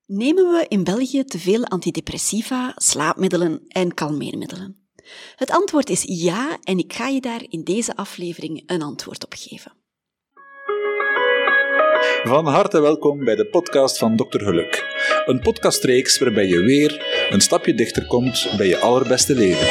Nemen we in België te veel antidepressiva, slaapmiddelen en kalmeermiddelen? Het antwoord is ja en ik ga je daar in deze aflevering een antwoord op geven. Van harte welkom bij de podcast van Dr. Geluk. Een podcastreeks waarbij je weer een stapje dichter komt bij je allerbeste leven.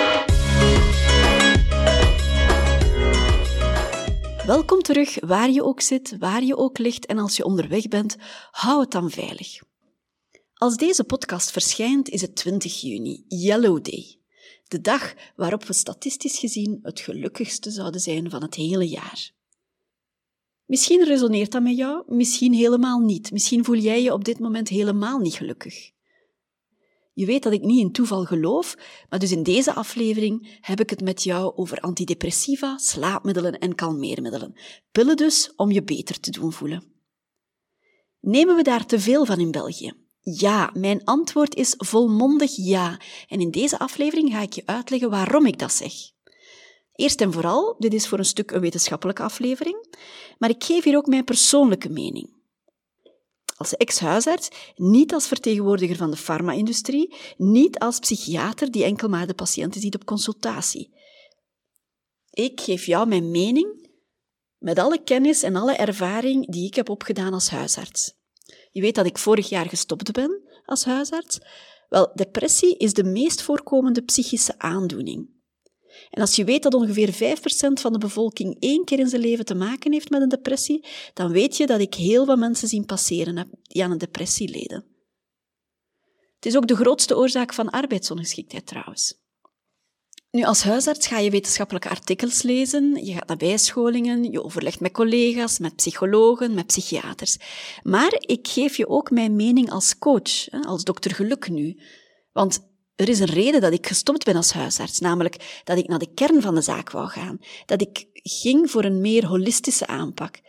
Welkom terug, waar je ook zit, waar je ook ligt en als je onderweg bent, hou het dan veilig. Als deze podcast verschijnt is het 20 juni, Yellow Day. De dag waarop we statistisch gezien het gelukkigste zouden zijn van het hele jaar. Misschien resoneert dat met jou, misschien helemaal niet. Misschien voel jij je op dit moment helemaal niet gelukkig. Je weet dat ik niet in toeval geloof, maar dus in deze aflevering heb ik het met jou over antidepressiva, slaapmiddelen en kalmeermiddelen. Pillen dus om je beter te doen voelen. Nemen we daar te veel van in België? Ja, mijn antwoord is volmondig ja. En in deze aflevering ga ik je uitleggen waarom ik dat zeg. Eerst en vooral, dit is voor een stuk een wetenschappelijke aflevering, maar ik geef hier ook mijn persoonlijke mening. Als ex-huisarts, niet als vertegenwoordiger van de farma-industrie, niet als psychiater die enkel maar de patiënten ziet op consultatie. Ik geef jou mijn mening met alle kennis en alle ervaring die ik heb opgedaan als huisarts. Je weet dat ik vorig jaar gestopt ben als huisarts. Wel, depressie is de meest voorkomende psychische aandoening. En als je weet dat ongeveer 5% van de bevolking 1 keer in zijn leven te maken heeft met een depressie, dan weet je dat ik heel wat mensen zien passeren heb die aan een depressie lijden. Het is ook de grootste oorzaak van arbeidsongeschiktheid trouwens. Nu, als huisarts ga je wetenschappelijke artikels lezen, je gaat naar bijscholingen, je overlegt met collega's, met psychologen, met psychiaters. Maar ik geef je ook mijn mening als coach, als dokter Geluk nu. Want er is een reden dat ik gestopt ben als huisarts, namelijk dat ik naar de kern van de zaak wou gaan. Dat ik ging voor een meer holistische aanpak.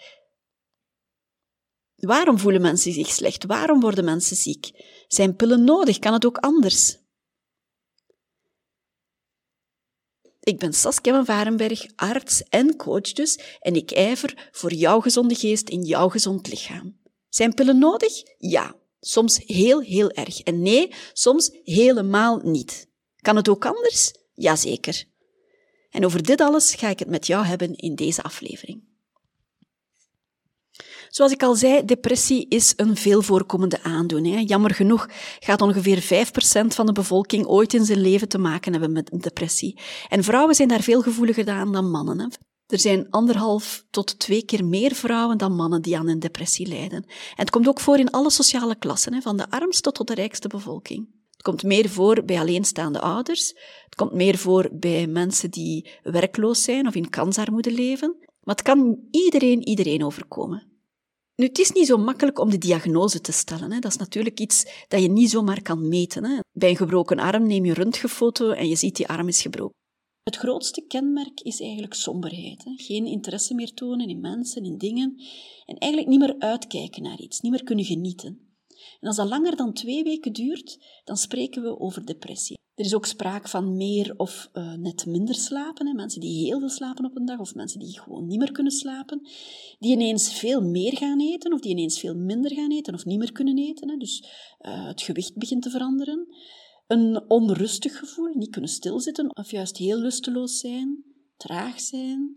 Waarom voelen mensen zich slecht? Waarom worden mensen ziek? Zijn pillen nodig? Kan het ook anders? Ik ben Saskia van Varenberg, arts en coach dus, en ik ijver voor jouw gezonde geest in jouw gezond lichaam. Zijn pillen nodig? Ja. Soms heel erg. En nee, soms helemaal niet. Kan het ook anders? Jazeker. En over dit alles ga ik het met jou hebben in deze aflevering. Zoals ik al zei, depressie is een veel voorkomende aandoening. Jammer genoeg gaat ongeveer 5% van de bevolking ooit in zijn leven te maken hebben met een depressie. En vrouwen zijn daar veel gevoeliger aan dan mannen. Er zijn 1,5 tot 2 keer meer vrouwen dan mannen die aan een depressie lijden. En het komt ook voor in alle sociale klassen, van de armste tot de rijkste bevolking. Het komt meer voor bij alleenstaande ouders. Het komt meer voor bij mensen die werkloos zijn of in kansarmoede leven. Maar het kan iedereen overkomen. Nu, het is niet zo makkelijk om de diagnose te stellen. Dat is natuurlijk iets dat je niet zomaar kan meten. Bij een gebroken arm neem je een röntgenfoto en je ziet die arm is gebroken. Het grootste kenmerk is eigenlijk somberheid. Geen interesse meer tonen in mensen, in dingen. En eigenlijk niet meer uitkijken naar iets, niet meer kunnen genieten. En als dat langer dan 2 weken duurt, dan spreken we over depressie. Er is ook sprake van meer of net minder slapen. Mensen die heel veel slapen op een dag, of mensen die gewoon niet meer kunnen slapen. Die ineens veel meer gaan eten, of die ineens veel minder gaan eten, of niet meer kunnen eten. Dus het gewicht begint te veranderen. Een onrustig gevoel, niet kunnen stilzitten of juist heel lusteloos zijn, traag zijn,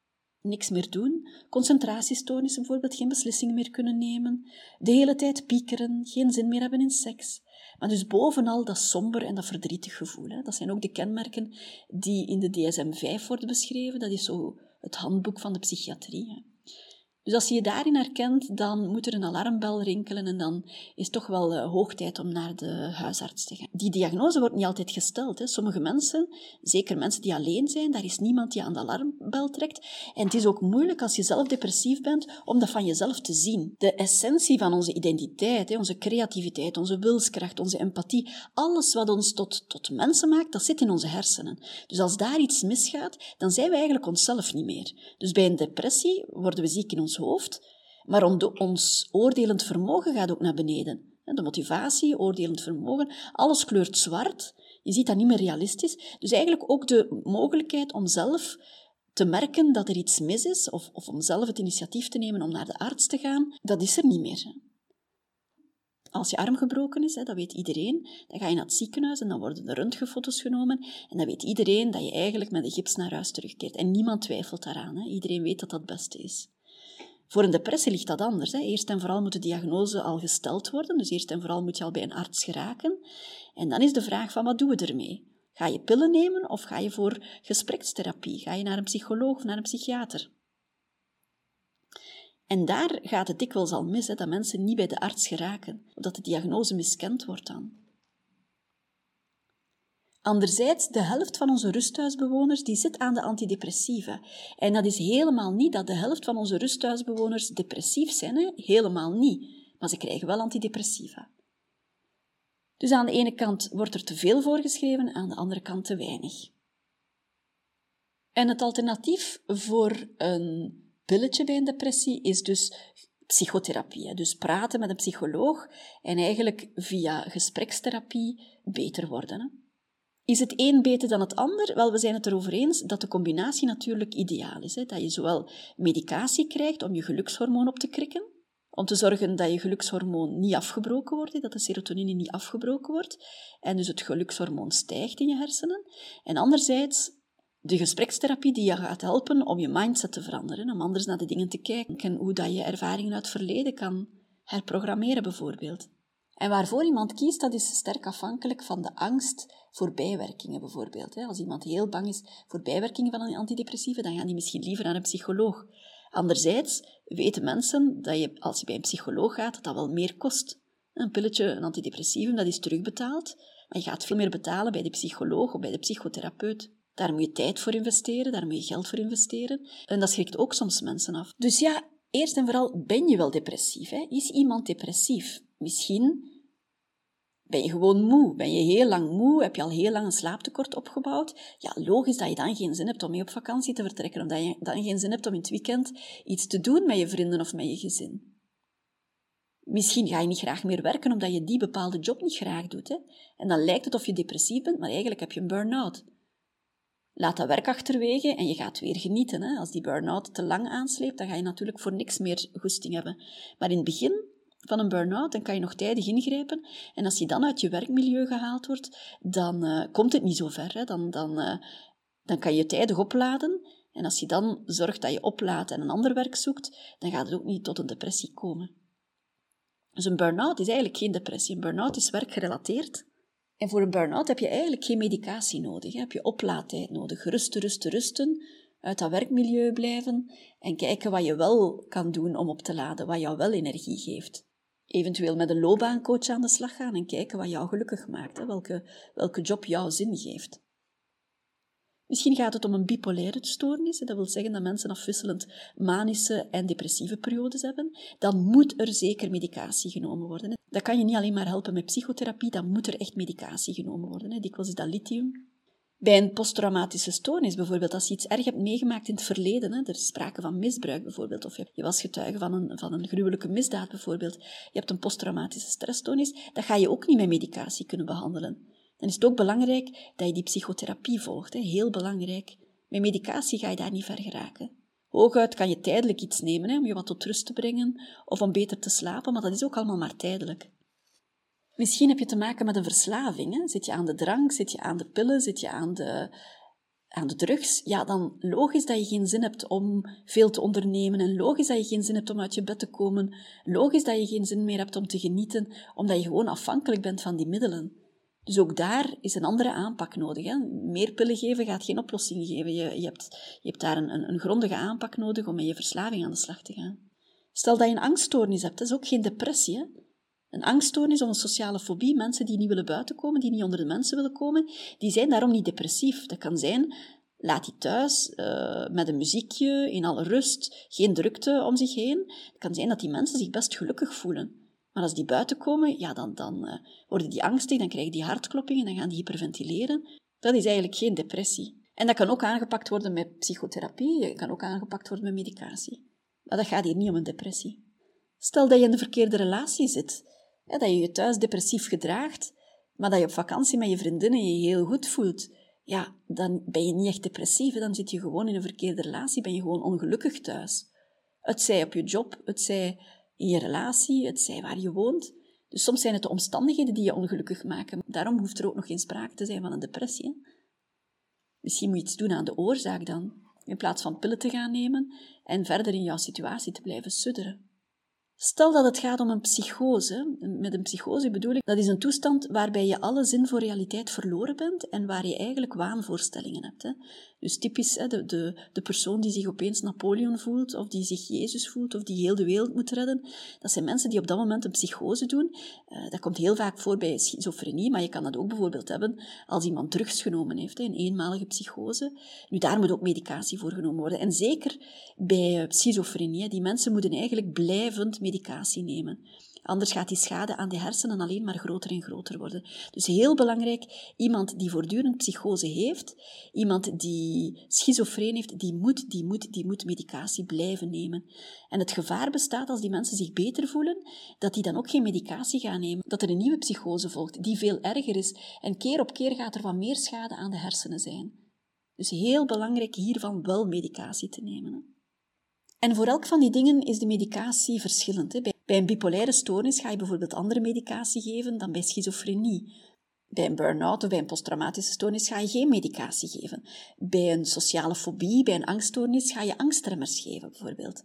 niks meer doen. Concentratiestoornissen bijvoorbeeld, geen beslissingen meer kunnen nemen, de hele tijd piekeren, geen zin meer hebben in seks. Maar dus bovenal dat somber en dat verdrietig gevoel. Dat zijn ook de kenmerken die in de DSM-5 worden beschreven. Dat is zo het handboek van de psychiatrie. Dus als je je daarin herkent, dan moet er een alarmbel rinkelen en dan is het toch wel hoog tijd om naar de huisarts te gaan. Die diagnose wordt niet altijd gesteld. Sommige mensen, zeker mensen die alleen zijn, daar is niemand die aan de alarmbel trekt. En het is ook moeilijk als je zelf depressief bent, om dat van jezelf te zien. De essentie van onze identiteit, onze creativiteit, onze wilskracht, onze empathie, alles wat ons tot mensen maakt, dat zit in onze hersenen. Dus als daar iets misgaat, dan zijn we eigenlijk onszelf niet meer. Dus bij een depressie worden we ziek in ons hoofd, maar ons oordelend vermogen gaat ook naar beneden. De motivatie, oordelend vermogen, alles kleurt zwart. Je ziet dat niet meer realistisch. Dus eigenlijk ook de mogelijkheid om zelf te merken dat er iets mis is, of om zelf het initiatief te nemen om naar de arts te gaan, dat is er niet meer. Als je arm gebroken is, dat weet iedereen, dan ga je naar het ziekenhuis en dan worden er röntgenfoto's genomen en dan weet iedereen dat je eigenlijk met een gips naar huis terugkeert. En niemand twijfelt daaraan. Iedereen weet dat dat het beste is. Voor een depressie ligt dat anders. Eerst en vooral moet de diagnose al gesteld worden, dus eerst en vooral moet je al bij een arts geraken. En dan is de vraag van, wat doen we ermee? Ga je pillen nemen of ga je voor gesprekstherapie? Ga je naar een psycholoog of naar een psychiater? En daar gaat het dikwijls al mis, dat mensen niet bij de arts geraken, omdat de diagnose miskend wordt dan. Anderzijds, de helft van onze rusthuisbewoners die zit aan de antidepressiva. En dat is helemaal niet dat de helft van onze rusthuisbewoners depressief zijn, helemaal niet. Maar ze krijgen wel antidepressiva. Dus aan de ene kant wordt er te veel voorgeschreven, aan de andere kant te weinig. En het alternatief voor een pilletje bij een depressie is dus psychotherapie. Dus praten met een psycholoog en eigenlijk via gesprekstherapie beter worden. Is het een beter dan het ander? Wel, we zijn het erover eens dat de combinatie natuurlijk ideaal is. Dat je zowel medicatie krijgt om je gelukshormoon op te krikken, om te zorgen dat je gelukshormoon niet afgebroken wordt, dat de serotonine niet afgebroken wordt, en dus het gelukshormoon stijgt in je hersenen. En anderzijds de gesprekstherapie die je gaat helpen om je mindset te veranderen, om anders naar de dingen te kijken en hoe dat je ervaringen uit het verleden kan herprogrammeren bijvoorbeeld. En waarvoor iemand kiest, dat is sterk afhankelijk van de angst voor bijwerkingen bijvoorbeeld. Als iemand heel bang is voor bijwerkingen van een antidepressieve, dan gaan die misschien liever naar een psycholoog. Anderzijds weten mensen dat je, als je bij een psycholoog gaat, dat wel meer kost. Een pilletje, een antidepressivum, dat is terugbetaald, maar je gaat veel meer betalen bij de psycholoog of bij de psychotherapeut. Daar moet je tijd voor investeren, daar moet je geld voor investeren. En dat schrikt ook soms mensen af. Dus ja, eerst en vooral, ben je wel depressief? Is iemand depressief? Misschien ben je gewoon moe. Ben je heel lang moe? Heb je al heel lang een slaaptekort opgebouwd? Ja, logisch dat je dan geen zin hebt om mee op vakantie te vertrekken, omdat je dan geen zin hebt om in het weekend iets te doen met je vrienden of met je gezin. Misschien ga je niet graag meer werken, omdat je die bepaalde job niet graag doet. En dan lijkt het of je depressief bent, maar eigenlijk heb je een burn-out. Laat dat werk achterwege en je gaat weer genieten. Als die burn-out te lang aansleept, dan ga je natuurlijk voor niks meer goesting hebben. Maar in het begin van een burn-out, dan kan je nog tijdig ingrijpen. En als je dan uit je werkmilieu gehaald wordt, dan komt het niet zo ver. Dan kan je tijdig opladen. En als je dan zorgt dat je oplaadt en een ander werk zoekt, dan gaat het ook niet tot een depressie komen. Dus een burn-out is eigenlijk geen depressie. Een burn-out is werkgerelateerd. En voor een burn-out heb je eigenlijk geen medicatie nodig. Heb je oplaadtijd nodig. Rusten, uit dat werkmilieu blijven en kijken wat je wel kan doen om op te laden, wat jou wel energie geeft. Eventueel met een loopbaancoach aan de slag gaan en kijken wat jou gelukkig maakt, welke job jou zin geeft. Misschien gaat het om een bipolaire stoornis, dat wil zeggen dat mensen afwisselend manische en depressieve periodes hebben. Dan moet er zeker medicatie genomen worden. Dat kan je niet alleen maar helpen met psychotherapie, dan moet er echt medicatie genomen worden. Dikwijls is dat lithium. Bij een posttraumatische stoornis bijvoorbeeld, als je iets erg hebt meegemaakt in het verleden, er is sprake van misbruik bijvoorbeeld, of je was getuige van een gruwelijke misdaad bijvoorbeeld, je hebt een posttraumatische stressstoornis, dat ga je ook niet met medicatie kunnen behandelen. Dan is het ook belangrijk dat je die psychotherapie volgt, heel belangrijk. Met medicatie ga je daar niet ver geraken. Hooguit kan je tijdelijk iets nemen om je wat tot rust te brengen, of om beter te slapen, maar dat is ook allemaal maar tijdelijk. Misschien heb je te maken met een verslaving. Zit je aan de drank, zit je aan de pillen, zit je aan de drugs? Ja, dan logisch dat je geen zin hebt om veel te ondernemen en logisch dat je geen zin hebt om uit je bed te komen. Logisch dat je geen zin meer hebt om te genieten, omdat je gewoon afhankelijk bent van die middelen. Dus ook daar is een andere aanpak nodig. Meer pillen geven gaat geen oplossing geven. Je hebt daar een grondige aanpak nodig om met je verslaving aan de slag te gaan. Stel dat je een angststoornis hebt, dat is ook geen depressie. Een angststoornis of een sociale fobie, mensen die niet willen buitenkomen, die niet onder de mensen willen komen, die zijn daarom niet depressief. Dat kan zijn, laat die thuis, met een muziekje, in alle rust, geen drukte om zich heen. Het kan zijn dat die mensen zich best gelukkig voelen. Maar als die buiten komen, ja, dan worden die angstig, dan krijgen die hartkloppingen, dan gaan die hyperventileren. Dat is eigenlijk geen depressie. En dat kan ook aangepakt worden met psychotherapie, dat kan ook aangepakt worden met medicatie. Maar dat gaat hier niet om een depressie. Stel dat je in de verkeerde relatie zit, dat je je thuis depressief gedraagt, maar dat je op vakantie met je vriendinnen je heel goed voelt, ja, dan ben je niet echt depressief, dan zit je gewoon in een verkeerde relatie, ben je gewoon ongelukkig thuis. Het zij op je job, het zij in je relatie, het zij waar je woont. Dus soms zijn het de omstandigheden die je ongelukkig maken. Daarom hoeft er ook nog geen sprake te zijn van een depressie. Hè? Misschien moet je iets doen aan de oorzaak dan, in plaats van pillen te gaan nemen en verder in jouw situatie te blijven sudderen. Stel dat het gaat om een psychose. Met een psychose bedoel ik, dat is een toestand waarbij je alle zin voor realiteit verloren bent en waar je eigenlijk waanvoorstellingen hebt. Hè. Dus typisch de persoon die zich opeens Napoleon voelt, of die zich Jezus voelt, of die heel de wereld moet redden. Dat zijn mensen die op dat moment een psychose doen. Dat komt heel vaak voor bij schizofrenie, maar je kan dat ook bijvoorbeeld hebben als iemand drugs genomen heeft, een eenmalige psychose. Nu, daar moet ook medicatie voor genomen worden. En zeker bij schizofrenie, die mensen moeten eigenlijk blijvend medicatie nemen. Anders gaat die schade aan de hersenen alleen maar groter en groter worden. Dus heel belangrijk, iemand die voortdurend psychose heeft, iemand die schizofreen heeft, die moet medicatie blijven nemen. En het gevaar bestaat als die mensen zich beter voelen, dat die dan ook geen medicatie gaan nemen, dat er een nieuwe psychose volgt, die veel erger is. En keer op keer gaat er van meer schade aan de hersenen zijn. Dus heel belangrijk hiervan wel medicatie te nemen. Hè. En voor elk van die dingen is de medicatie verschillend. Hè. Bij een bipolaire stoornis ga je bijvoorbeeld andere medicatie geven dan bij schizofrenie. Bij een burn-out of bij een posttraumatische stoornis ga je geen medicatie geven. Bij een sociale fobie, bij een angststoornis, ga je angstremmers geven, bijvoorbeeld.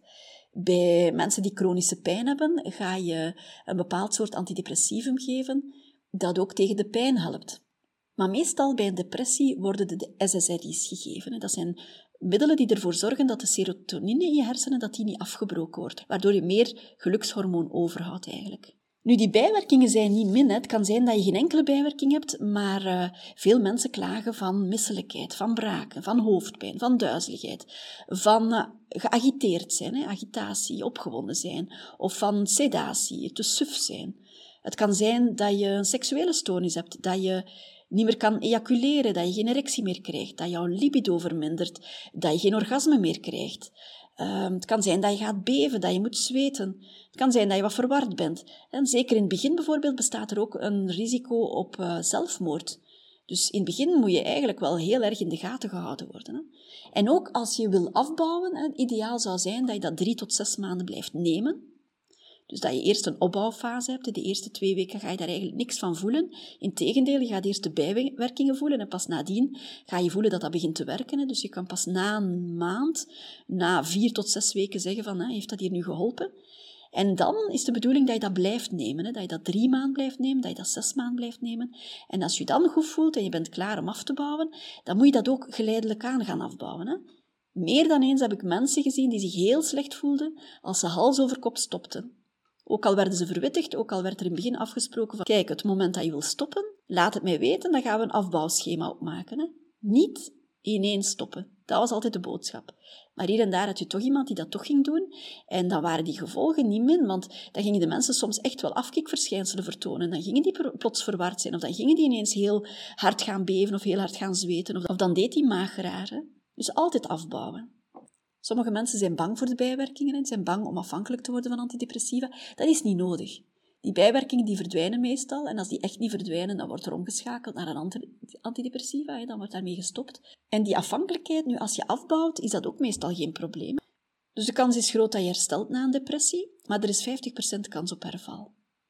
Bij mensen die chronische pijn hebben, ga je een bepaald soort antidepressivum geven dat ook tegen de pijn helpt. Maar meestal bij een depressie worden de SSRI's gegeven. Dat zijn middelen die ervoor zorgen dat de serotonine in je hersenen dat die niet afgebroken wordt, waardoor je meer gelukshormoon overhoudt eigenlijk. Nu, die bijwerkingen zijn niet min. Hè. Het kan zijn dat je geen enkele bijwerking hebt, maar veel mensen klagen van misselijkheid, van braken, van hoofdpijn, van duizeligheid, van geagiteerd zijn, hè, agitatie, opgewonden zijn, of van sedatie, te suf zijn. Het kan zijn dat je een seksuele stoornis hebt, dat je niet meer kan ejaculeren, dat je geen erectie meer krijgt, dat jouw libido vermindert, dat je geen orgasme meer krijgt. Het kan zijn dat je gaat beven, dat je moet zweten. Het kan zijn dat je wat verward bent. En zeker in het begin bijvoorbeeld bestaat er ook een risico op zelfmoord. Dus in het begin moet je eigenlijk wel heel erg in de gaten gehouden worden. Hè. En ook als je wil afbouwen, het ideaal zou zijn dat je dat 3 tot 6 maanden blijft nemen. Dus dat je eerst een opbouwfase hebt. De eerste 2 weken ga je daar eigenlijk niks van voelen. Integendeel, je gaat eerst de bijwerkingen voelen en pas nadien ga je voelen dat dat begint te werken. Dus je kan pas na een maand, na 4 tot 6 weken zeggen van, heeft dat hier nu geholpen? En dan is de bedoeling dat je dat blijft nemen. Dat je dat 3 maanden blijft nemen, dat je dat 6 maanden blijft nemen. En als je dan goed voelt en je bent klaar om af te bouwen, dan moet je dat ook geleidelijk aan gaan afbouwen. Meer dan eens heb ik mensen gezien die zich heel slecht voelden als ze hals over kop stopten. Ook al werden ze verwittigd, ook al werd er in het begin afgesproken van, kijk, het moment dat je wil stoppen, laat het mij weten, dan gaan we een afbouwschema opmaken. Niet ineens stoppen. Dat was altijd de boodschap. Maar hier en daar had je toch iemand die dat toch ging doen, en dan waren die gevolgen niet min, want dan gingen de mensen soms echt wel afkikverschijnselen vertonen. Dan gingen die plots verward zijn, of dan gingen die ineens heel hard gaan beven, of heel hard gaan zweten, of dan deed die maag raar. Dus altijd afbouwen. Sommige mensen zijn bang voor de bijwerkingen en zijn bang om afhankelijk te worden van antidepressiva. Dat is niet nodig. Die bijwerkingen die verdwijnen meestal en als die echt niet verdwijnen, dan wordt er omgeschakeld naar een antidepressiva, dan wordt daarmee gestopt. En die afhankelijkheid, nu als je afbouwt, is dat ook meestal geen probleem. Dus de kans is groot dat je herstelt na een depressie, maar er is 50% kans op herval.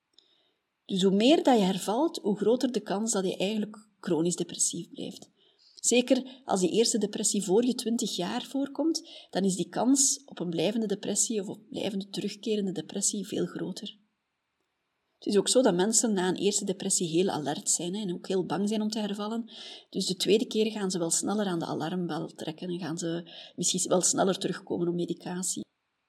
Dus hoe meer dat je hervalt, hoe groter de kans dat je eigenlijk chronisch depressief blijft. Zeker als die eerste depressie voor je 20 jaar voorkomt, dan is die kans op een blijvende depressie of op blijvende terugkerende depressie veel groter. Het is ook zo dat mensen na een eerste depressie heel alert zijn en ook heel bang zijn om te hervallen. Dus de tweede keer gaan ze wel sneller aan de alarmbel trekken en gaan ze misschien wel sneller terugkomen op medicatie.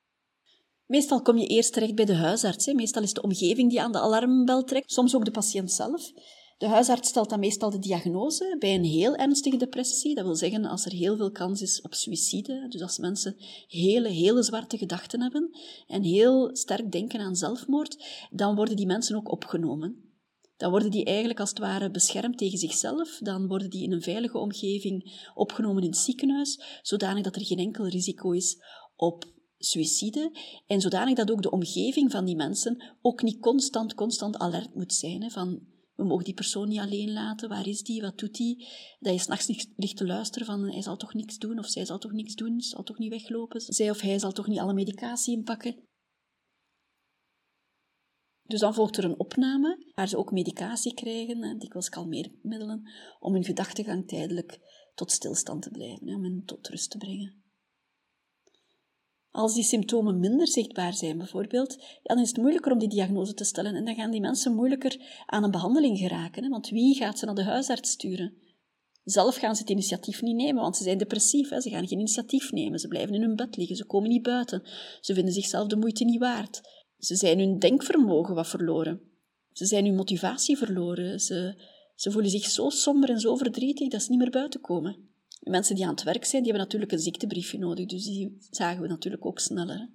Meestal kom je eerst terecht bij de huisarts. Meestal is de omgeving die aan de alarmbel trekt, soms ook de patiënt zelf. De huisarts stelt dan meestal de diagnose bij een heel ernstige depressie. Dat wil zeggen als er heel veel kans is op suïcide. Dus als mensen hele zwarte gedachten hebben en heel sterk denken aan zelfmoord, dan worden die mensen ook opgenomen. Dan worden die eigenlijk als het ware beschermd tegen zichzelf. Dan worden die in een veilige omgeving opgenomen in het ziekenhuis, zodanig dat er geen enkel risico is op suïcide en zodanig dat ook de omgeving van die mensen ook niet constant alert moet zijn, van we mogen die persoon niet alleen laten, waar is die, wat doet die? Dat je 's nachts niet ligt te luisteren van hij zal toch niks doen, of zij zal toch niks doen, zal toch niet weglopen, zij of hij zal toch niet alle medicatie inpakken. Dus dan volgt er een opname, waar ze ook medicatie krijgen, dikwijls kalmeermiddelen, om hun gedachtegang tijdelijk tot stilstand te blijven, om hen tot rust te brengen. Als die symptomen minder zichtbaar zijn bijvoorbeeld, dan is het moeilijker om die diagnose te stellen en dan gaan die mensen moeilijker aan een behandeling geraken, want wie gaat ze naar de huisarts sturen? Zelf gaan ze het initiatief niet nemen, want ze zijn depressief. Ze gaan geen initiatief nemen, ze blijven in hun bed liggen, ze komen niet buiten. Ze vinden zichzelf de moeite niet waard. Ze zijn hun denkvermogen wat verloren. Ze zijn hun motivatie verloren. Ze voelen zich zo somber en zo verdrietig dat ze niet meer buiten komen. De mensen die aan het werk zijn, die hebben natuurlijk een ziektebriefje nodig, dus die zagen we natuurlijk ook sneller.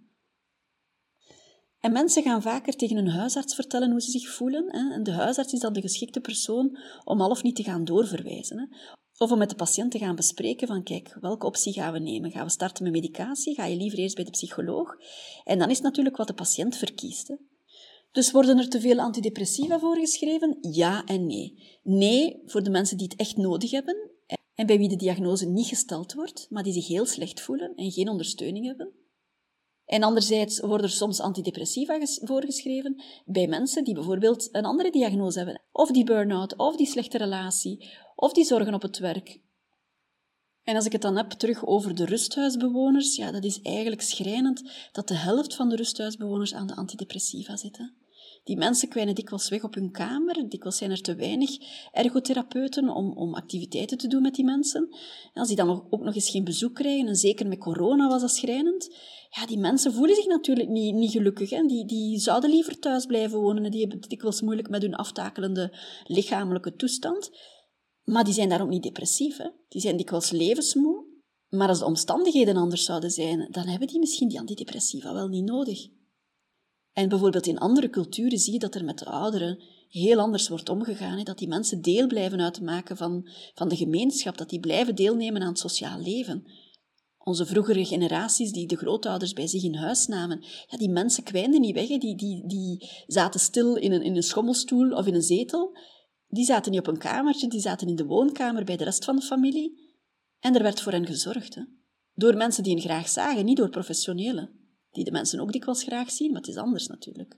En mensen gaan vaker tegen hun huisarts vertellen hoe ze zich voelen. En de huisarts is dan de geschikte persoon om al of niet te gaan doorverwijzen. Of om met de patiënt te gaan bespreken van, kijk, welke optie gaan we nemen? Gaan we starten met medicatie? Ga je liever eerst bij de psycholoog? En dan is het natuurlijk wat de patiënt verkiest. Dus worden er te veel antidepressiva voorgeschreven? Ja en nee. Nee, voor de mensen die het echt nodig hebben en bij wie de diagnose niet gesteld wordt, maar die zich heel slecht voelen en geen ondersteuning hebben. En anderzijds worden er soms antidepressiva voorgeschreven bij mensen die bijvoorbeeld een andere diagnose hebben. Of die burn-out, of die slechte relatie, of die zorgen op het werk. En als ik het dan heb terug over de rusthuisbewoners, ja, dat is eigenlijk schrijnend dat de helft van de rusthuisbewoners aan de antidepressiva zitten. Die mensen kwijnen dikwijls weg op hun kamer, dikwijls zijn er te weinig ergotherapeuten om activiteiten te doen met die mensen. En als die dan ook nog eens geen bezoek krijgen, en zeker met corona was dat schrijnend, ja, die mensen voelen zich natuurlijk niet gelukkig. Hè. Die zouden liever thuis blijven wonen, die hebben het dikwijls moeilijk met hun aftakelende lichamelijke toestand. Maar die zijn daarom niet depressief. Hè. Die zijn dikwijls levensmoe. Maar als de omstandigheden anders zouden zijn, dan hebben die misschien die antidepressiva wel niet nodig. En bijvoorbeeld in andere culturen zie je dat er met de ouderen heel anders wordt omgegaan. Hè? Dat die mensen deel blijven uitmaken van de gemeenschap, dat die blijven deelnemen aan het sociaal leven. Onze vroegere generaties die de grootouders bij zich in huis namen, ja, die mensen kwijnden niet weg. Hè? Die zaten stil in een schommelstoel of in een zetel. Die zaten niet op een kamertje, die zaten in de woonkamer bij de rest van de familie. En er werd voor hen gezorgd. Hè? Door mensen die hen graag zagen, niet door professionelen. Die de mensen ook dikwijls graag zien, maar het is anders natuurlijk.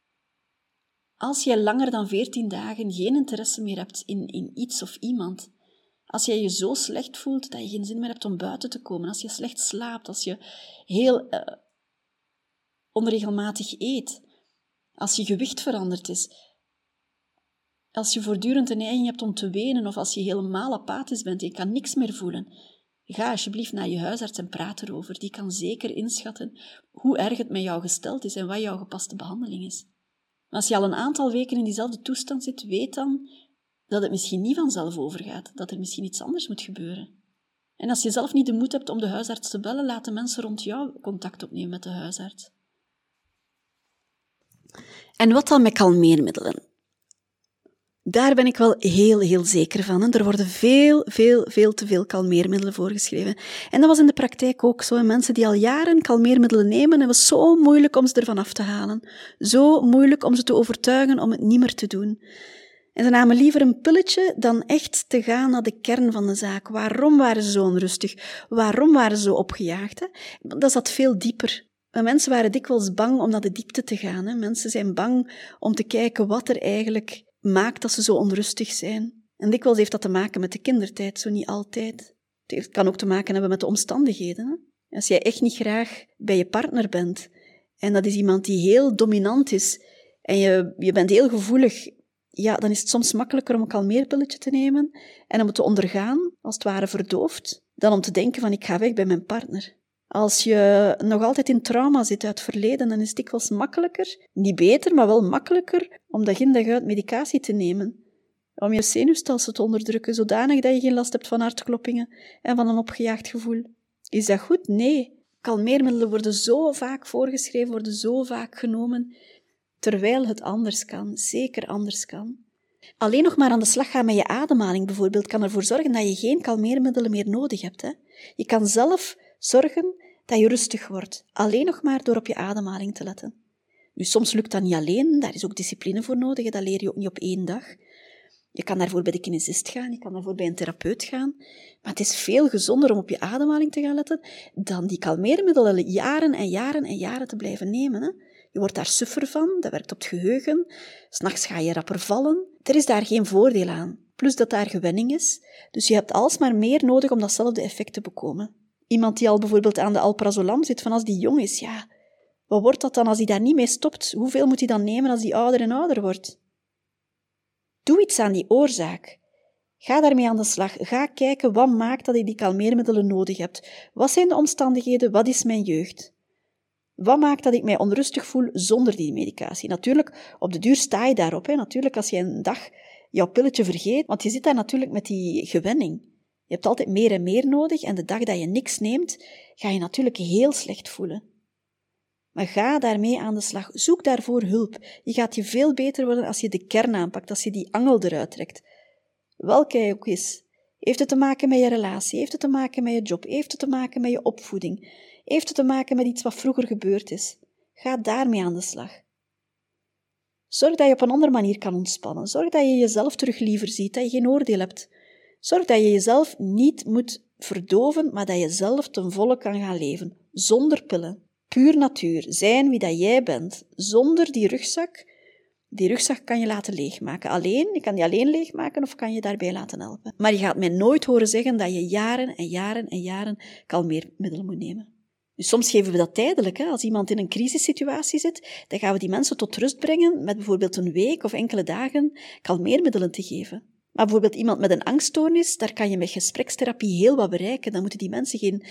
Als jij langer dan 14 dagen geen interesse meer hebt in iets of iemand, als jij je zo slecht voelt dat je geen zin meer hebt om buiten te komen, als je slecht slaapt, als je heel onregelmatig eet, als je gewicht veranderd is, als je voortdurend een neiging hebt om te wenen of als je helemaal apathisch bent en je kan niks meer voelen, ga alsjeblieft naar je huisarts en praat erover. Die kan zeker inschatten hoe erg het met jou gesteld is en wat jouw gepaste behandeling is. Maar als je al een aantal weken in diezelfde toestand zit, weet dan dat het misschien niet vanzelf overgaat, dat er misschien iets anders moet gebeuren. En als je zelf niet de moed hebt om de huisarts te bellen, laat de mensen rond jou contact opnemen met de huisarts. En wat dan met kalmeermiddelen? Daar ben ik wel heel zeker van. Hè. Er worden veel te veel kalmeermiddelen voorgeschreven. En dat was in de praktijk ook zo. Mensen die al jaren kalmeermiddelen nemen, het was zo moeilijk om ze ervan af te halen. Zo moeilijk om ze te overtuigen om het niet meer te doen. En ze namen liever een pilletje dan echt te gaan naar de kern van de zaak. Waarom waren ze zo onrustig? Waarom waren ze zo opgejaagd? Hè? Dat zat veel dieper. Maar mensen waren dikwijls bang om naar de diepte te gaan. Hè. Mensen zijn bang om te kijken wat er eigenlijk maakt dat ze zo onrustig zijn. En dikwijls heeft dat te maken met de kindertijd, zo niet altijd. Het kan ook te maken hebben met de omstandigheden. Hè. Als jij echt niet graag bij je partner bent, en dat is iemand die heel dominant is, en je bent heel gevoelig, ja, dan is het soms makkelijker om een kalmeerpilletje te nemen en om het te ondergaan, als het ware verdoofd, dan om te denken van ik ga weg bij mijn partner. Als je nog altijd in trauma zit uit het verleden, dan is het dikwijls makkelijker, niet beter, maar wel makkelijker, om dag in dag uit medicatie te nemen. Om je zenuwstelsel te onderdrukken, zodanig dat je geen last hebt van hartkloppingen en van een opgejaagd gevoel. Is dat goed? Nee. Kalmeermiddelen worden zo vaak voorgeschreven, worden zo vaak genomen, terwijl het anders kan, zeker anders kan. Alleen nog maar aan de slag gaan met je ademhaling bijvoorbeeld kan ervoor zorgen dat je geen kalmeermiddelen meer nodig hebt. Hè? Je kan zelf zorgen dat je rustig wordt, alleen nog maar door op je ademhaling te letten. Nu, soms lukt dat niet alleen, daar is ook discipline voor nodig, dat leer je ook niet op 1 dag. Je kan daarvoor bij de kinesist gaan, je kan daarvoor bij een therapeut gaan, maar het is veel gezonder om op je ademhaling te gaan letten dan die kalmeermiddelen jaren te blijven nemen. Hè? Je wordt daar suffer van, dat werkt op het geheugen. 's Nachts ga je rapper vallen. Er is daar geen voordeel aan. Plus dat daar gewenning is. Dus je hebt alsmaar meer nodig om datzelfde effect te bekomen. Iemand die al bijvoorbeeld aan de alprazolam zit, van als die jong is, ja, wat wordt dat dan als hij daar niet mee stopt? Hoeveel moet hij dan nemen als hij ouder en ouder wordt? Doe iets aan die oorzaak. Ga daarmee aan de slag. Ga kijken wat maakt dat je die kalmeermiddelen nodig hebt. Wat zijn de omstandigheden? Wat is mijn jeugd? Wat maakt dat ik mij onrustig voel zonder die medicatie? Natuurlijk, op de duur sta je daarop. Natuurlijk, als je een dag jouw pilletje vergeet, want je zit daar natuurlijk met die gewenning. Je hebt altijd meer en meer nodig en de dag dat je niks neemt, ga je natuurlijk heel slecht voelen. Maar ga daarmee aan de slag. Zoek daarvoor hulp. Je gaat je veel beter worden als je de kern aanpakt, als je die angel eruit trekt. Welke hij ook is. Heeft het te maken met je relatie? Heeft het te maken met je job? Heeft het te maken met je opvoeding? Heeft het te maken met iets wat vroeger gebeurd is? Ga daarmee aan de slag. Zorg dat je op een andere manier kan ontspannen. Zorg dat je jezelf terug liever ziet, dat je geen oordeel hebt. Zorg dat je jezelf niet moet verdoven, maar dat je zelf ten volle kan gaan leven. Zonder pillen. Puur natuur. Zijn wie dat jij bent. Zonder die rugzak. Die rugzak kan je laten leegmaken. Alleen, je kan die alleen leegmaken of kan je daarbij laten helpen. Maar je gaat mij nooit horen zeggen dat je jaren en jaren en jaren kalmeermiddelen moet nemen. Dus soms geven we dat tijdelijk. Hè? Als iemand in een crisissituatie zit, dan gaan we die mensen tot rust brengen met bijvoorbeeld een week of enkele dagen kalmeermiddelen te geven. Maar bijvoorbeeld iemand met een angststoornis, daar kan je met gesprekstherapie heel wat bereiken. Dan moeten die mensen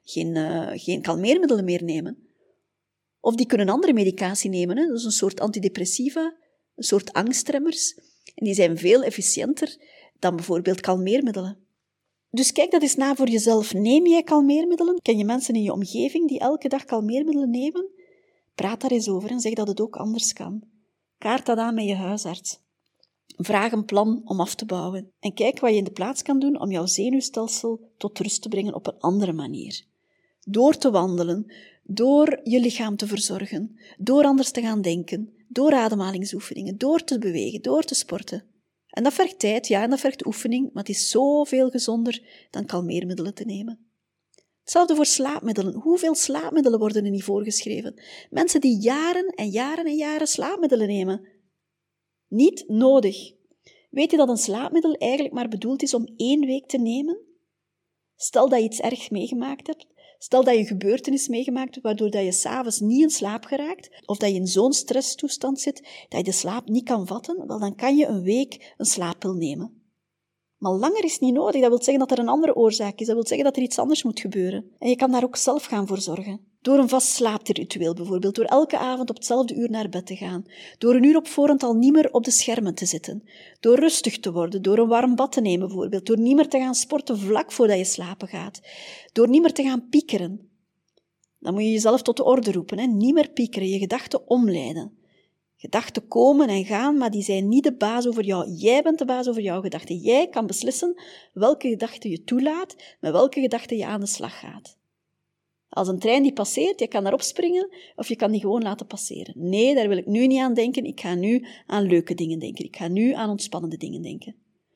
geen kalmeermiddelen meer nemen. Of die kunnen andere medicatie nemen. Hè? Dat is een soort antidepressiva, een soort angstremmers. En die zijn veel efficiënter dan bijvoorbeeld kalmeermiddelen. Dus kijk dat eens na voor jezelf. Neem jij kalmeermiddelen? Ken je mensen in je omgeving die elke dag kalmeermiddelen nemen? Praat daar eens over en zeg dat het ook anders kan. Kaart dat aan met je huisarts. Vraag een plan om af te bouwen. En kijk wat je in de plaats kan doen om jouw zenuwstelsel tot rust te brengen op een andere manier. Door te wandelen, door je lichaam te verzorgen, door anders te gaan denken, door ademhalingsoefeningen, door te bewegen, door te sporten. En dat vergt tijd, ja, en dat vergt oefening, maar het is zoveel gezonder dan kalmeermiddelen te nemen. Hetzelfde voor slaapmiddelen. Hoeveel slaapmiddelen worden er niet voorgeschreven? Mensen die jaren en jaren en jaren slaapmiddelen nemen. Niet nodig. Weet je dat een slaapmiddel eigenlijk maar bedoeld is om 1 week te nemen? Stel dat je iets ergs meegemaakt hebt. Stel dat je een gebeurtenis meegemaakt hebt waardoor dat je 's avonds niet in slaap geraakt, of dat je in zo'n stresstoestand zit dat je de slaap niet kan vatten, wel, dan kan je een week een slaappil nemen. Maar langer is niet nodig. Dat wil zeggen dat er een andere oorzaak is. Dat wil zeggen dat er iets anders moet gebeuren. En je kan daar ook zelf gaan voor zorgen. Door een vast slaapritueel bijvoorbeeld. Door elke avond op hetzelfde uur naar bed te gaan. Door een uur op voorhand al niet meer op de schermen te zitten. Door rustig te worden. Door een warm bad te nemen bijvoorbeeld. Door niet meer te gaan sporten vlak voordat je slapen gaat. Door niet meer te gaan piekeren. Dan moet je jezelf tot de orde roepen. Hè? Niet meer piekeren. Je gedachten omleiden. Gedachten komen en gaan, maar die zijn niet de baas over jou. Jij bent de baas over jouw gedachten. Jij kan beslissen welke gedachten je toelaat, met welke gedachten je aan de slag gaat. Als een trein die passeert, je kan daarop springen, of je kan die gewoon laten passeren. Nee, daar wil ik nu niet aan denken. Ik ga nu aan leuke dingen denken. Ik ga nu aan ontspannende dingen denken.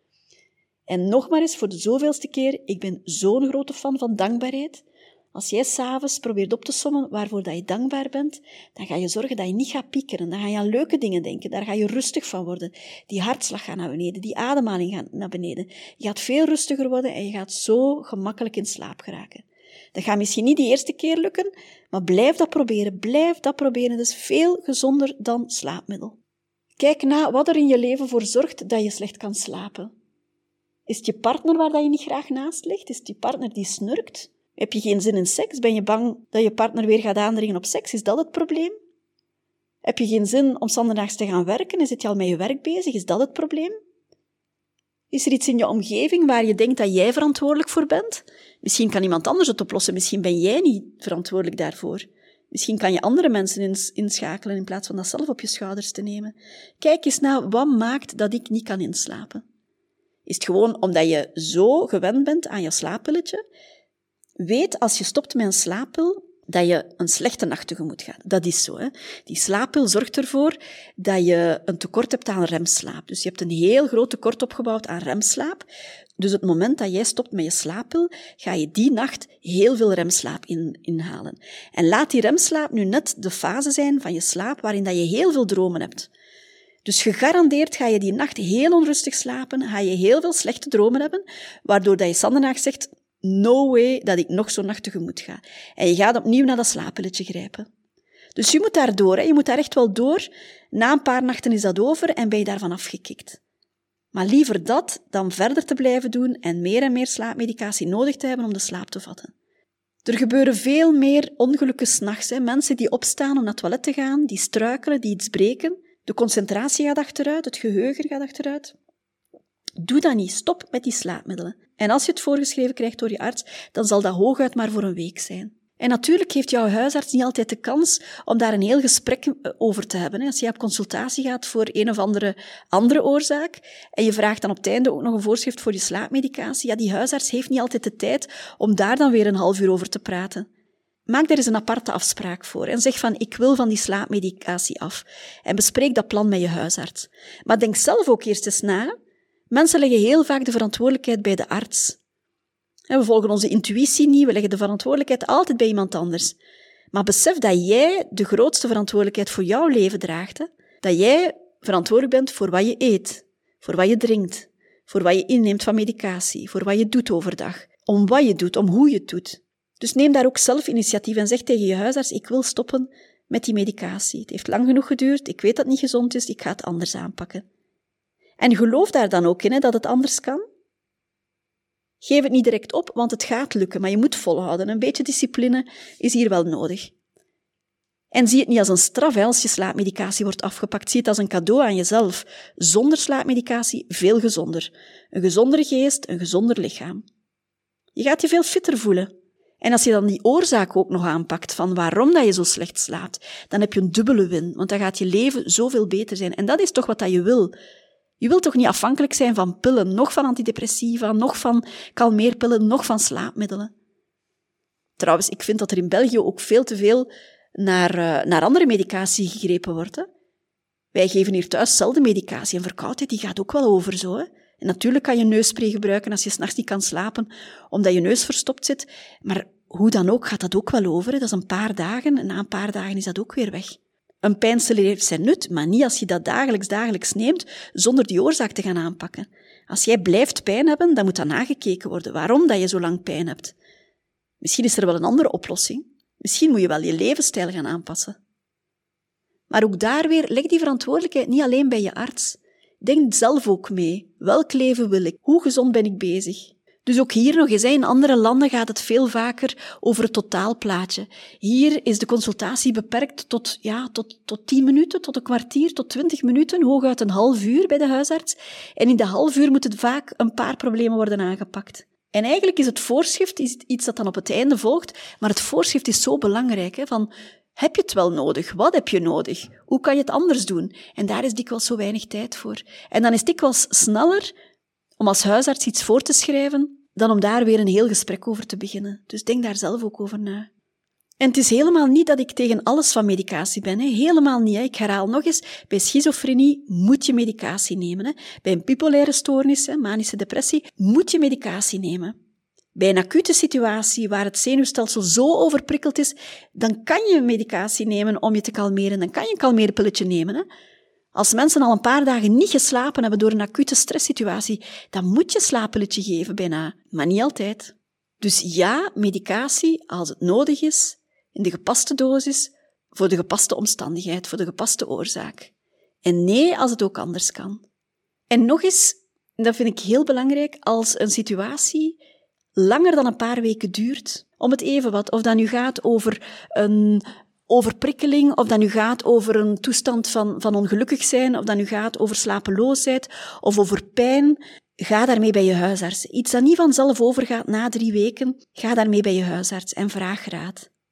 En nog maar eens, voor de zoveelste keer, ik ben zo'n grote fan van dankbaarheid. Als jij 's avonds probeert op te sommen waarvoor dat je dankbaar bent, dan ga je zorgen dat je niet gaat piekeren. Dan ga je aan leuke dingen denken. Daar ga je rustig van worden. Die hartslag gaat naar beneden. Die ademhaling gaat naar beneden. Je gaat veel rustiger worden en je gaat zo gemakkelijk in slaap geraken. Dat gaat misschien niet de eerste keer lukken, maar blijf dat proberen. Blijf dat proberen. Dat is veel gezonder dan slaapmiddel. Kijk na wat er in je leven voor zorgt dat je slecht kan slapen. Is het je partner waar dat je niet graag naast ligt? Is het je partner die snurkt? Heb je geen zin in seks? Ben je bang dat je partner weer gaat aandringen op seks? Is dat het probleem? Heb je geen zin om 's anderdaags te gaan werken? Zit je al met je werk bezig? Is dat het probleem? Is er iets in je omgeving waar je denkt dat jij verantwoordelijk voor bent? Misschien kan iemand anders het oplossen. Misschien ben jij niet verantwoordelijk daarvoor. Misschien kan je andere mensen inschakelen in plaats van dat zelf op je schouders te nemen. Kijk eens naar wat maakt dat ik niet kan inslapen. Is het gewoon omdat je zo gewend bent aan je slaappilletje? Weet, als je stopt met een slaappil, dat je een slechte nacht tegemoet gaat. Dat is zo. Hè. Die slaappil zorgt ervoor dat je een tekort hebt aan remslaap. Dus je hebt een heel groot tekort opgebouwd aan remslaap. Dus het moment dat jij stopt met je slaappil, ga je die nacht heel veel remslaap inhalen. En laat die remslaap nu net de fase zijn van je slaap waarin dat je heel veel dromen hebt. Dus gegarandeerd ga je die nacht heel onrustig slapen, ga je heel veel slechte dromen hebben, waardoor dat je Sandenaag zegt, no way dat ik nog zo'n nacht tegemoet ga. En je gaat opnieuw naar dat slaappilletje grijpen. Dus je moet daar door, hè. Je moet daar echt wel door. Na een paar nachten is dat over en ben je daarvan afgekikt. Maar liever dat dan verder te blijven doen en meer slaapmedicatie nodig te hebben om de slaap te vatten. Er gebeuren veel meer ongelukken 's nachts. Mensen die opstaan om naar het toilet te gaan, die struikelen, die iets breken. De concentratie gaat achteruit, het geheugen gaat achteruit. Doe dat niet. Stop met die slaapmiddelen. En als je het voorgeschreven krijgt door je arts, dan zal dat hooguit maar voor een week zijn. En natuurlijk heeft jouw huisarts niet altijd de kans om daar een heel gesprek over te hebben. Als je op consultatie gaat voor een of andere oorzaak en je vraagt dan op het einde ook nog een voorschrift voor je slaapmedicatie, ja, die huisarts heeft niet altijd de tijd om daar dan weer een half uur over te praten. Maak daar eens een aparte afspraak voor en zeg van, ik wil van die slaapmedicatie af. En bespreek dat plan met je huisarts. Maar denk zelf ook eerst eens na. Mensen leggen heel vaak de verantwoordelijkheid bij de arts. We volgen onze intuïtie niet, we leggen de verantwoordelijkheid altijd bij iemand anders. Maar besef dat jij de grootste verantwoordelijkheid voor jouw leven draagt. Hè? Dat jij verantwoordelijk bent voor wat je eet, voor wat je drinkt, voor wat je inneemt van medicatie, voor wat je doet overdag, om wat je doet, om hoe je het doet. Dus neem daar ook zelf initiatief en zeg tegen je huisarts, ik wil stoppen met die medicatie. Het heeft lang genoeg geduurd, ik weet dat het niet gezond is, ik ga het anders aanpakken. En geloof daar dan ook in, hè, dat het anders kan. Geef het niet direct op, want het gaat lukken, maar je moet volhouden. Een beetje discipline is hier wel nodig. En zie het niet als een straf als je slaapmedicatie wordt afgepakt. Zie het als een cadeau aan jezelf. Zonder slaapmedicatie veel gezonder. Een gezondere geest, een gezonder lichaam. Je gaat je veel fitter voelen. En als je dan die oorzaak ook nog aanpakt van waarom dat je zo slecht slaapt, dan heb je een dubbele win, want dan gaat je leven zoveel beter zijn. En dat is toch wat dat je wil. Je wilt toch niet afhankelijk zijn van pillen, nog van antidepressiva, nog van kalmeerpillen, nog van slaapmiddelen. Trouwens, ik vind dat er in België ook veel te veel naar andere medicatie gegrepen wordt. Hè. Wij geven hier thuis zelden medicatie en verkoudheid, die gaat ook wel over zo. Hè. En natuurlijk kan je neusspray gebruiken als je 's nachts niet kan slapen, omdat je neus verstopt zit. Maar hoe dan ook gaat dat ook wel over. Hè. Dat is een paar dagen en na een paar dagen is dat ook weer weg. Een pijnstiller heeft zijn nut, maar niet als je dat dagelijks neemt, zonder die oorzaak te gaan aanpakken. Als jij blijft pijn hebben, dan moet dat nagekeken worden, waarom dat je zo lang pijn hebt. Misschien is er wel een andere oplossing. Misschien moet je wel je levensstijl gaan aanpassen. Maar ook daar weer, leg die verantwoordelijkheid niet alleen bij je arts. Denk zelf ook mee. Welk leven wil ik? Hoe gezond ben ik bezig? Dus ook hier nog eens, in andere landen gaat het veel vaker over het totaalplaatje. Hier is de consultatie beperkt tot 10 minuten, tot een kwartier, tot 20 minuten, hooguit een half uur bij de huisarts. En in de half uur moeten vaak een paar problemen worden aangepakt. En eigenlijk is het voorschrift iets dat dan op het einde volgt, maar het voorschrift is zo belangrijk, hè, van heb je het wel nodig? Wat heb je nodig? Hoe kan je het anders doen? En daar is dikwijls zo weinig tijd voor. En dan is het dikwijls sneller om als huisarts iets voor te schrijven, dan om daar weer een heel gesprek over te beginnen. Dus denk daar zelf ook over na. En het is helemaal niet dat ik tegen alles van medicatie ben. Hè. Helemaal niet. Hè. Ik herhaal nog eens, bij schizofrenie moet je medicatie nemen. Hè. Bij een bipolaire stoornis, manische depressie, moet je medicatie nemen. Bij een acute situatie waar het zenuwstelsel zo overprikkeld is, dan kan je medicatie nemen om je te kalmeren. Dan kan je een kalmeerpilletje nemen. Hè. Als mensen al een paar dagen niet geslapen hebben door een acute stresssituatie, dan moet je een slaappilletje geven bijna, maar niet altijd. Dus ja, medicatie als het nodig is, in de gepaste dosis, voor de gepaste omstandigheid, voor de gepaste oorzaak. En nee, als het ook anders kan. En nog eens, dat vind ik heel belangrijk, als een situatie langer dan een paar weken duurt, om het even wat, of dat nu gaat over een overprikkeling, of dat nu gaat over een toestand van ongelukkig zijn, of dat nu gaat over slapeloosheid, of over pijn, ga daarmee bij je huisarts. Iets dat niet vanzelf overgaat na 3 weken, ga daarmee bij je huisarts en vraag raad.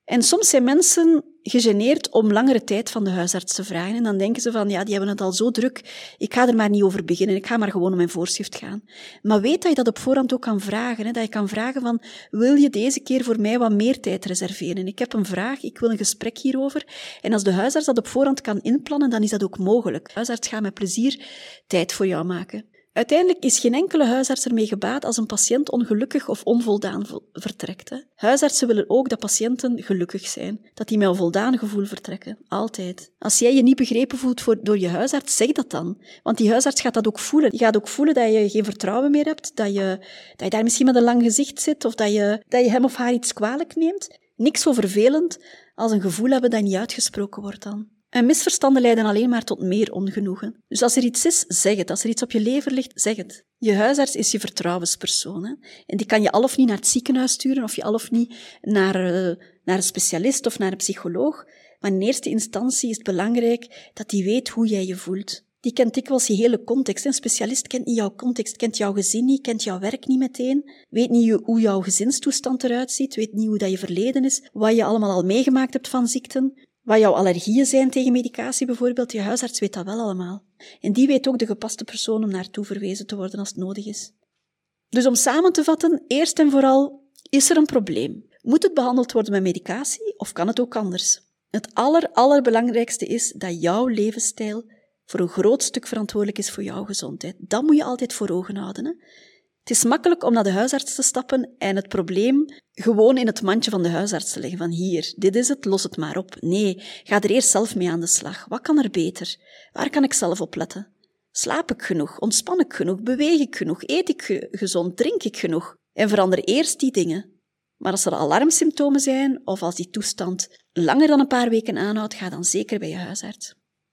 En soms zijn mensen gegeneerd om langere tijd van de huisarts te vragen. En dan denken ze van, ja, die hebben het al zo druk, ik ga er maar niet over beginnen, ik ga maar gewoon om mijn voorschrift gaan. Maar weet dat je dat op voorhand ook kan vragen. Hè? Dat je kan vragen van, wil je deze keer voor mij wat meer tijd reserveren? Ik heb een vraag, ik wil een gesprek hierover. En als de huisarts dat op voorhand kan inplannen, dan is dat ook mogelijk. De huisarts gaat met plezier tijd voor jou maken. Uiteindelijk is geen enkele huisarts ermee gebaat als een patiënt ongelukkig of onvoldaan vertrekt. Hè. Huisartsen willen ook dat patiënten gelukkig zijn, dat die met een voldaan gevoel vertrekken. Altijd. Als jij je niet begrepen voelt door je huisarts, zeg dat dan. Want die huisarts gaat dat ook voelen. Die gaat ook voelen dat je geen vertrouwen meer hebt, dat je daar misschien met een lang gezicht zit, of dat je hem of haar iets kwalijk neemt. Niks zo vervelend als een gevoel hebben dat niet uitgesproken wordt dan. En misverstanden leiden alleen maar tot meer ongenoegen. Dus als er iets is, zeg het. Als er iets op je lever ligt, zeg het. Je huisarts is je vertrouwenspersoon. Hè? En die kan je al of niet naar het ziekenhuis sturen, of je al of niet naar een specialist of naar een psycholoog. Maar in eerste instantie is het belangrijk dat die weet hoe jij je voelt. Die kent dikwijls je hele context. Een specialist kent niet jouw context, kent jouw gezin niet, kent jouw werk niet meteen, weet niet hoe jouw gezinstoestand eruit ziet, weet niet hoe dat je verleden is, wat je allemaal al meegemaakt hebt van ziekten. Wat jouw allergieën zijn tegen medicatie bijvoorbeeld, je huisarts weet dat wel allemaal. En die weet ook de gepaste persoon om naartoe verwezen te worden als het nodig is. Dus om samen te vatten, eerst en vooral, is er een probleem? Moet het behandeld worden met medicatie of kan het ook anders? Het allerbelangrijkste is dat jouw levensstijl voor een groot stuk verantwoordelijk is voor jouw gezondheid. Dat moet je altijd voor ogen houden. Hè? Het is makkelijk om naar de huisarts te stappen en het probleem gewoon in het mandje van de huisarts te leggen. Van hier, dit is het, los het maar op. Nee, ga er eerst zelf mee aan de slag. Wat kan er beter? Waar kan ik zelf op letten? Slaap ik genoeg? Ontspan ik genoeg? Beweeg ik genoeg? Eet ik gezond? Drink ik genoeg? En verander eerst die dingen. Maar als er alarmsymptomen zijn, of als die toestand langer dan een paar weken aanhoudt, ga dan zeker bij je huisarts.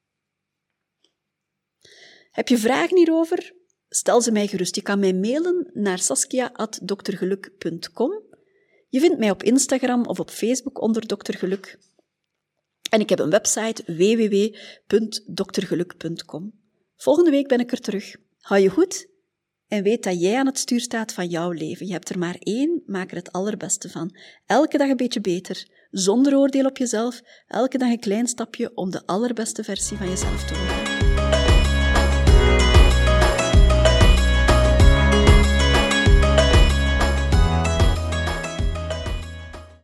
Heb je vragen hierover? Stel ze mij gerust. Je kan mij mailen naar saskia@drgeluk.com. Je vindt mij op Instagram of op Facebook onder Dr. Geluk. En ik heb een website www.drgeluk.com. Volgende week ben ik er terug. Hou je goed en weet dat jij aan het stuur staat van jouw leven. Je hebt er maar één, maak er het allerbeste van. Elke dag een beetje beter, zonder oordeel op jezelf. Elke dag een klein stapje om de allerbeste versie van jezelf te worden.